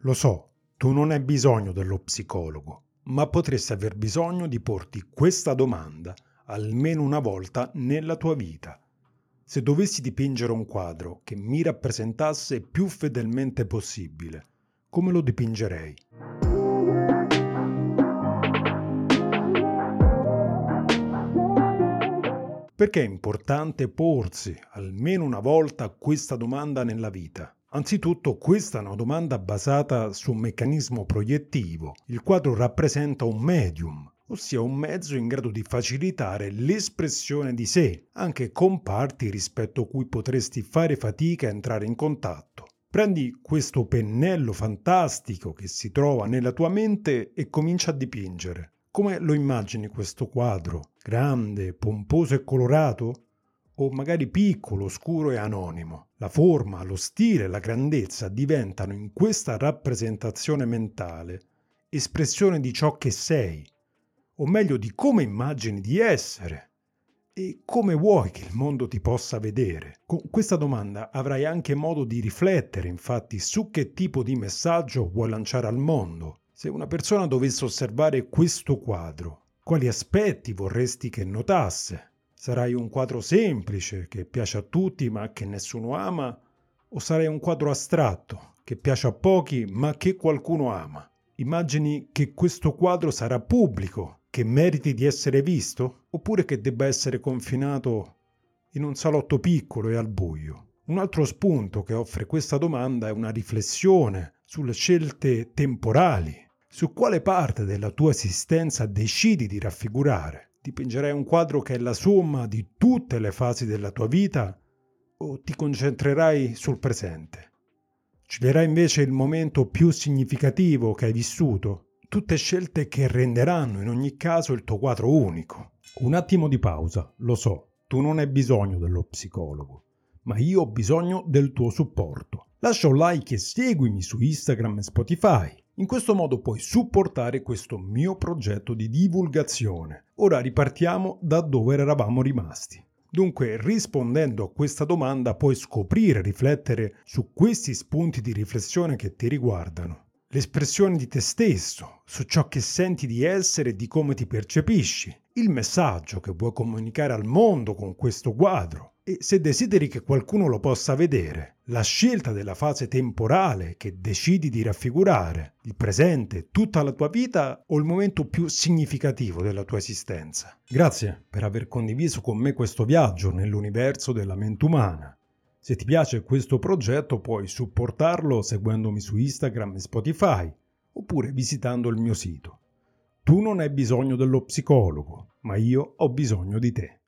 Lo so, tu non hai bisogno dello psicologo, ma potresti aver bisogno di porti questa domanda almeno una volta nella tua vita. Se dovessi dipingere un quadro che mi rappresentasse più fedelmente possibile, come lo dipingerei? Perché è importante porsi almeno una volta questa domanda nella vita? Anzitutto, questa è una domanda basata su un meccanismo proiettivo. Il quadro rappresenta un medium, ossia un mezzo in grado di facilitare l'espressione di sé, anche con parti rispetto a cui potresti fare fatica a entrare in contatto. Prendi questo pennello fantastico che si trova nella tua mente e comincia a dipingere. Come lo immagini questo quadro? Grande, pomposo e colorato? O magari piccolo, scuro e anonimo? La forma, lo stile e la grandezza diventano in questa rappresentazione mentale espressione di ciò che sei, o meglio di come immagini di essere e come vuoi che il mondo ti possa vedere. Con questa domanda avrai anche modo di riflettere, infatti, su che tipo di messaggio vuoi lanciare al mondo. Se una persona dovesse osservare questo quadro, quali aspetti vorresti che notasse? Sarai un quadro semplice, che piace a tutti ma che nessuno ama? O sarai un quadro astratto, che piace a pochi ma che qualcuno ama? Immagini che questo quadro sarà pubblico, che meriti di essere visto? Oppure che debba essere confinato in un salotto piccolo e al buio? Un altro spunto che offre questa domanda è una riflessione sulle scelte temporali. Su quale parte della tua esistenza decidi di raffigurare? Dipingerai un quadro che è la somma di tutte le fasi della tua vita o ti concentrerai sul presente? Sceglierai invece il momento più significativo che hai vissuto? Tutte scelte che renderanno in ogni caso il tuo quadro unico. Un attimo di pausa, lo so, tu non hai bisogno dello psicologo, ma io ho bisogno del tuo supporto. Lascia un like e seguimi su Instagram e Spotify. In questo modo puoi supportare questo mio progetto di divulgazione. Ora ripartiamo da dove eravamo rimasti. Dunque, rispondendo a questa domanda puoi scoprire e riflettere su questi spunti di riflessione che ti riguardano. L'espressione di te stesso, su ciò che senti di essere e di come ti percepisci, il messaggio che vuoi comunicare al mondo con questo quadro e se desideri che qualcuno lo possa vedere, la scelta della fase temporale che decidi di raffigurare, il presente, tutta la tua vita o il momento più significativo della tua esistenza. Grazie per aver condiviso con me questo viaggio nell'universo della mente umana. Se ti piace questo progetto puoi supportarlo seguendomi su Instagram e Spotify oppure visitando il mio sito. Tu non hai bisogno dello psicologo, ma io ho bisogno di te.